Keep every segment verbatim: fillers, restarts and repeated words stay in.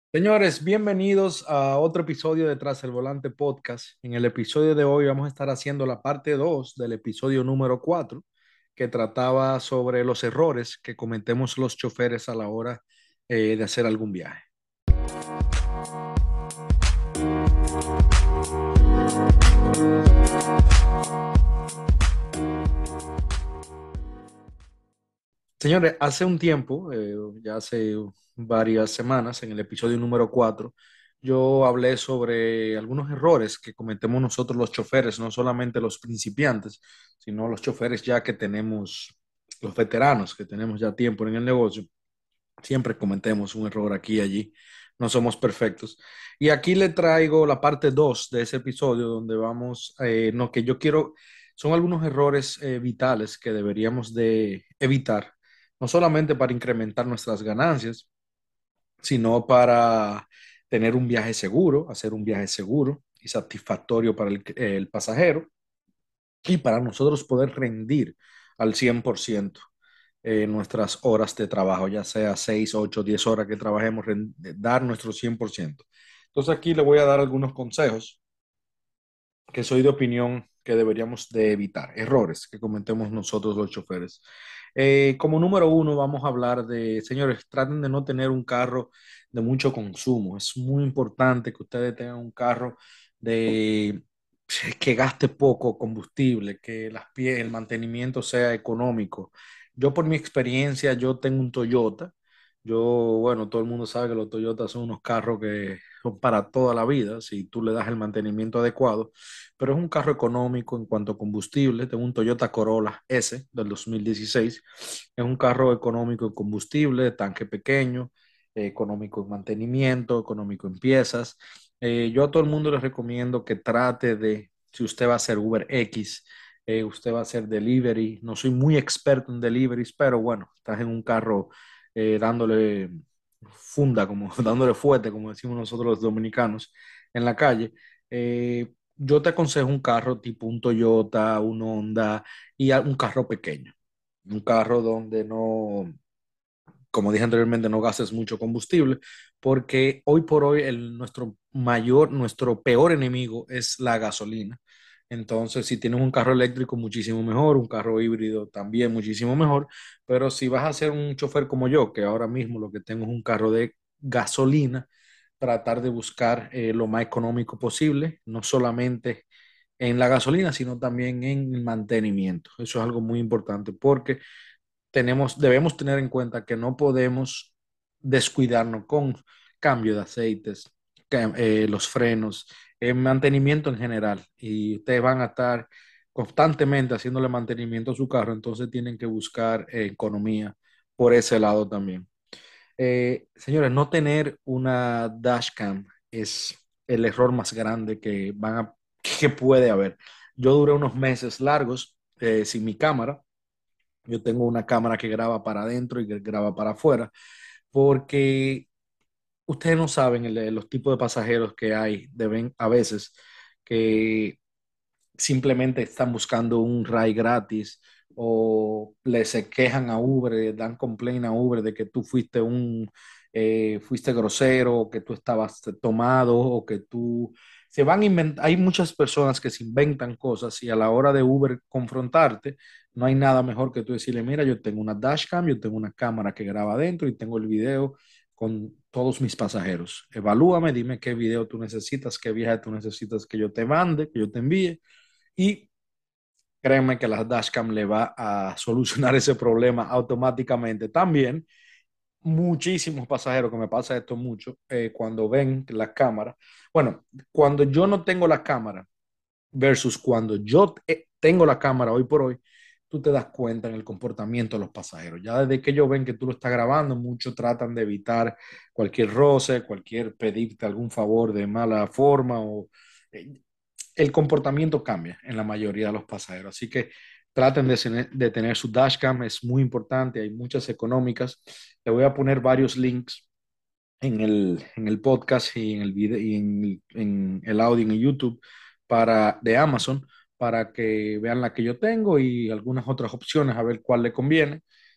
Señores, bienvenidos a otro episodio de Tras el Volante Podcast. En el episodio de hoy vamos a estar haciendo la parte dos del episodio número cuatro, que trataba sobre los errores que cometemos los choferes a la hora eh, de hacer algún viaje. Señores, hace un tiempo, eh, ya hace varias semanas, en el episodio número cuatro, yo hablé sobre algunos errores que cometemos nosotros los choferes, no solamente los principiantes, sino los choferes ya que tenemos, los veteranos que tenemos ya tiempo en el negocio. Siempre cometemos un error aquí y allí, no somos perfectos. Y aquí le traigo la parte dos de ese episodio donde vamos, eh, no, que yo quiero, son algunos errores eh, vitales que deberíamos de evitar, no solamente para incrementar nuestras ganancias, sino para tener un viaje seguro, hacer un viaje seguro y satisfactorio para el, el pasajero y para nosotros poder rendir al cien por ciento eh, nuestras horas de trabajo, ya sea seis, ocho, diez horas que trabajemos, dar nuestro cien por ciento. Entonces aquí le voy a dar algunos consejos que soy de opinión que deberíamos de evitar, errores que cometemos nosotros los choferes. Eh, como número uno, vamos a hablar de, señores, traten de no tener un carro de mucho consumo. Es muy importante que ustedes tengan un carro de que gaste poco combustible, que las pie- el mantenimiento sea económico. Yo por mi experiencia, yo tengo un Toyota. Yo, bueno, todo el mundo sabe que los Toyotas son unos carros que son para toda la vida, si tú le das el mantenimiento adecuado, pero es un carro económico en cuanto a combustible. Tengo un Toyota Corolla S del dos mil dieciséis. Es un carro económico en combustible, tanque pequeño, eh, económico en mantenimiento, económico en piezas. Eh, yo a todo el mundo les recomiendo que trate de, si usted va a hacer Uber X, eh, usted va a hacer delivery. No soy muy experto en deliveries, pero bueno, estás en un carro eh, dándole funda, como dándole fuerte, como decimos nosotros los dominicanos, en la calle. Eh, yo te aconsejo un carro tipo un Toyota, un Honda y a- un carro pequeño. Un carro donde no, como dije anteriormente, no gastes mucho combustible, porque hoy por hoy el, nuestro mayor, nuestro peor enemigo es la gasolina. Entonces, si tienes un carro eléctrico, muchísimo mejor, un carro híbrido también muchísimo mejor, pero si vas a ser un chofer como yo, que ahora mismo lo que tengo es un carro de gasolina, tratar de buscar eh, lo más económico posible, no solamente en la gasolina, sino también en el mantenimiento. Eso es algo muy importante porque tenemos, debemos tener en cuenta que no podemos descuidarnos con cambio de aceites, cam- eh, los frenos, el mantenimiento en general. Y ustedes van a estar constantemente haciéndole mantenimiento a su carro, entonces tienen que buscar eh, economía por ese lado también. Eh, señores, no tener una dashcam es el error más grande que van a, que puede haber. Yo duré unos meses largos eh, sin mi cámara. Yo tengo una cámara que graba para adentro y que graba para afuera, porque ustedes no saben el- los tipos de pasajeros que hay, deben a veces que simplemente están buscando un ride gratis o le se quejan a Uber, dan complaint a Uber de que tú fuiste un eh, fuiste grosero o que tú estabas tomado o que tú se van a inventar. Hay muchas personas que se inventan cosas y a la hora de Uber confrontarte, no hay nada mejor que tú decirle, mira, yo tengo una dashcam, yo tengo una cámara que graba adentro y tengo el video con todos mis pasajeros. Evalúame, dime qué video tú necesitas, qué viaje tú necesitas que yo te mande, que yo te envíe y créeme que la dashcam le va a solucionar ese problema automáticamente. También muchísimos pasajeros, que me pasa esto mucho, eh, cuando ven la cámara, bueno, cuando yo no tengo la cámara versus cuando yo eh, tengo la cámara hoy por hoy, tú te das cuenta en el comportamiento de los pasajeros. Ya desde que ellos ven que tú lo estás grabando, muchos tratan de evitar cualquier roce, cualquier pedirte algún favor de mala forma o eh, el comportamiento cambia en la mayoría de los pasajeros. Así que traten de, de tener su dashcam, es muy importante, hay muchas económicas. Le voy a poner varios links en el, en el podcast y en el video y en, en el audio en YouTube para, de Amazon para que vean la que yo tengo y algunas otras opciones a ver cuál le conviene.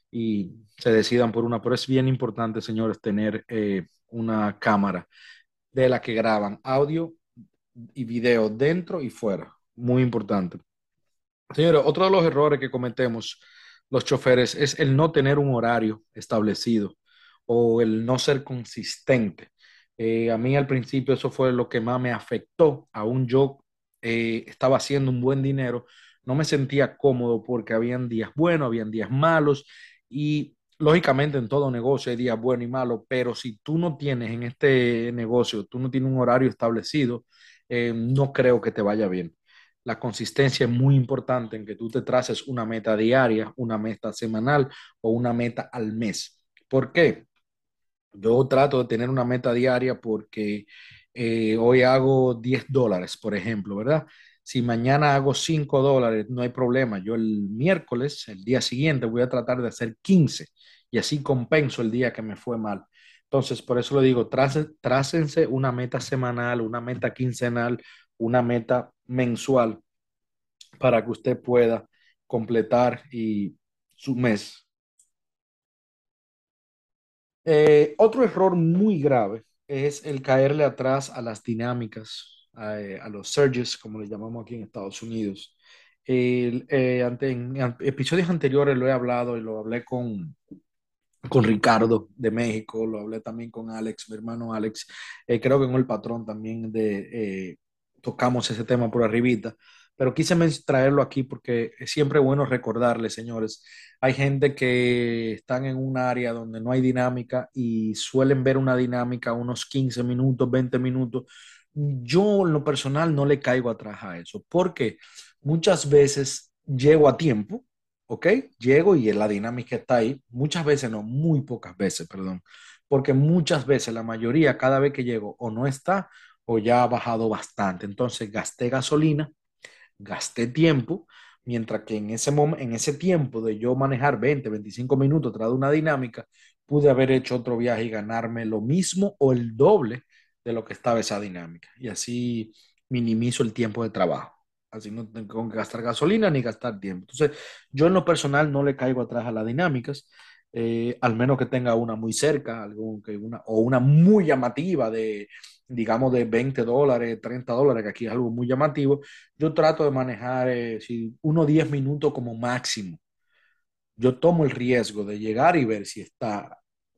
y se decidan por una. Pero es bien importante, señores, tener eh, una cámara de la que graban audio y video dentro y fuera. Muy importante. Señores, otro de los errores que cometemos los choferes es el no tener un horario establecido o el no ser consistente. Eh, a mí al principio eso fue lo que más me afectó. Aún yo eh, estaba haciendo un buen dinero, no me sentía cómodo porque habían días buenos, habían días malos y lógicamente en todo negocio hay días buenos y malos, pero si tú no tienes en este negocio, tú no tienes un horario establecido, eh, no creo que te vaya bien. La consistencia es muy importante en que tú te traces una meta diaria, una meta semanal o una meta al mes. ¿Por qué? Yo trato de tener una meta diaria porque eh, hoy hago diez dólares, por ejemplo, ¿verdad? Si mañana hago cinco dólares, no hay problema. Yo el miércoles, el día siguiente, voy a tratar de hacer quince y así compenso el día que me fue mal. Entonces, por eso le digo, trace- trácense una meta semanal, una meta quincenal, una meta mensual para que usted pueda completar y su mes. Eh, otro error muy grave es el caerle atrás a las dinámicas, a, a los surges, como le llamamos aquí en Estados Unidos. El, eh, ante, en, en episodios anteriores lo he hablado y lo hablé con, con Ricardo de México, lo hablé también con Alex, mi hermano Alex, eh, creo que con el patrón también de, eh, tocamos ese tema por arribita, pero quise men- traerlo aquí porque es siempre bueno recordarles, señores, hay gente que están en un área donde no hay dinámica y suelen ver una dinámica unos quince minutos, veinte minutos. Yo en lo personal no le caigo atrás a eso, porque muchas veces llego a tiempo. ¿Ok? Llego y la dinámica está ahí. Muchas veces, no, muy pocas veces, perdón. Porque muchas veces, la mayoría, cada vez que llego, o no está o ya ha bajado bastante. Entonces, gasté gasolina, gasté tiempo, mientras que en ese, mom- en ese tiempo de yo manejar veinte veinticinco minutos tras de una dinámica, pude haber hecho otro viaje y ganarme lo mismo o el doble de lo que estaba esa dinámica. Y así minimizo el tiempo de trabajo. Así no tengo que gastar gasolina ni gastar tiempo. Entonces, yo en lo personal no le caigo atrás a las dinámicas, eh, al menos que tenga una muy cerca, algo que una, o una muy llamativa de, digamos, de veinte dólares, treinta dólares, que aquí es algo muy llamativo. Yo trato de manejar eh, si unos diez minutos como máximo. Yo tomo el riesgo de llegar y ver si está,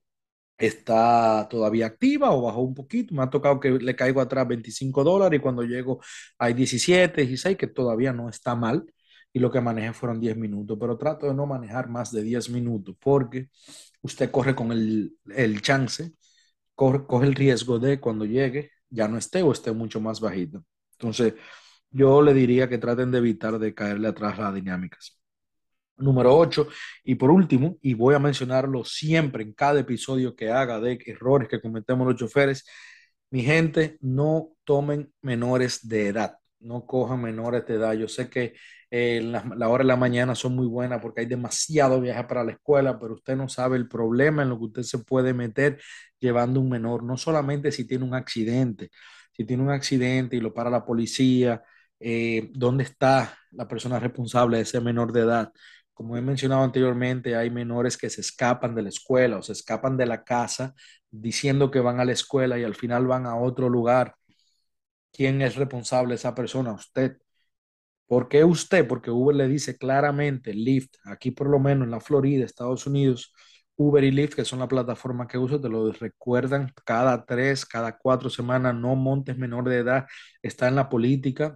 está todavía activa o bajó un poquito. Me ha tocado que le caigo atrás veinticinco dólares y cuando llego hay diecisiete, dieciséis, que todavía no está mal. Y lo que manejé fueron diez minutos, pero trato de no manejar más de diez minutos porque usted corre con el, el chance, corre, coge el riesgo de cuando llegue ya no esté o esté mucho más bajito. Entonces, yo le diría que traten de evitar de caerle atrás a las dinámicas. Número ocho, y por último, y voy a mencionarlo siempre en cada episodio que haga de errores que cometemos los choferes, mi gente, no tomen menores de edad, no cojan menores de edad. Yo sé que eh, la, la hora de la mañana son muy buenas porque hay demasiado viaje para la escuela, pero usted no sabe el problema en lo que usted se puede meter llevando un menor, no solamente si tiene un accidente, si tiene un accidente y lo para la policía, eh, ¿dónde está la persona responsable de ese menor de edad? Como he mencionado anteriormente, hay menores que se escapan de la escuela o se escapan de la casa diciendo que van a la escuela y al final van a otro lugar. ¿Quién es responsable de esa persona? Usted. ¿Por qué usted? Porque Uber le dice claramente, Lyft, aquí por lo menos en la Florida, Estados Unidos, Uber y Lyft, que son la plataforma que uso, te lo recuerdan cada tres, cada cuatro semanas, no montes menor de edad, está en la política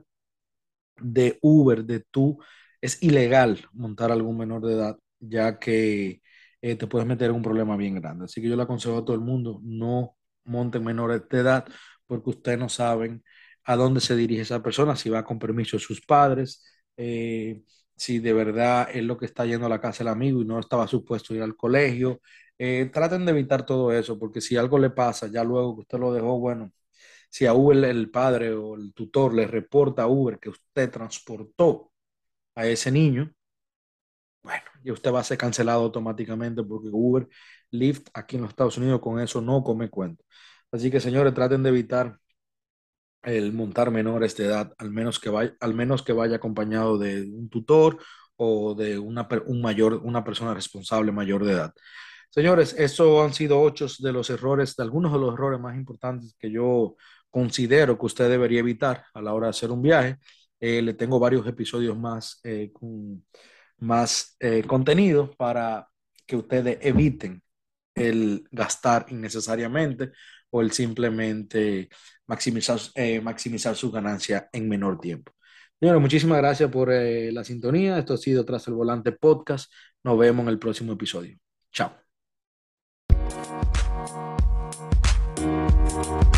de Uber, de tú, es ilegal montar algún menor de edad, ya que eh, te puedes meter en un problema bien grande. Así que yo le aconsejo a todo el mundo, no monten menores de edad, porque ustedes no saben a dónde se dirige esa persona, si va con permiso de sus padres, eh, si de verdad es lo que está yendo a la casa del amigo y no estaba supuesto ir al colegio. Eh, traten de evitar todo eso, porque si algo le pasa, ya luego que usted lo dejó, bueno, si a Uber el padre o el tutor le reporta a Uber que usted transportó a ese niño, bueno, y usted va a ser cancelado automáticamente porque Uber, Lyft aquí en los Estados Unidos con eso no come cuento. Así que señores, traten de evitar el montar menores de edad, al menos que vaya, al menos que vaya acompañado de un tutor o de una, per- un mayor, una persona responsable mayor de edad. Señores, estos han sido ocho de los errores, de algunos de los errores más importantes que yo considero que usted debería evitar a la hora de hacer un viaje. Eh, le tengo varios episodios más, eh, con más eh, contenido para que ustedes eviten el gastar innecesariamente o el simplemente maximizar, eh, maximizar su ganancia en menor tiempo. Señores, muchísimas gracias por eh, la sintonía. Esto ha sido Tras el Volante Podcast. Nos vemos en el próximo episodio. Chao.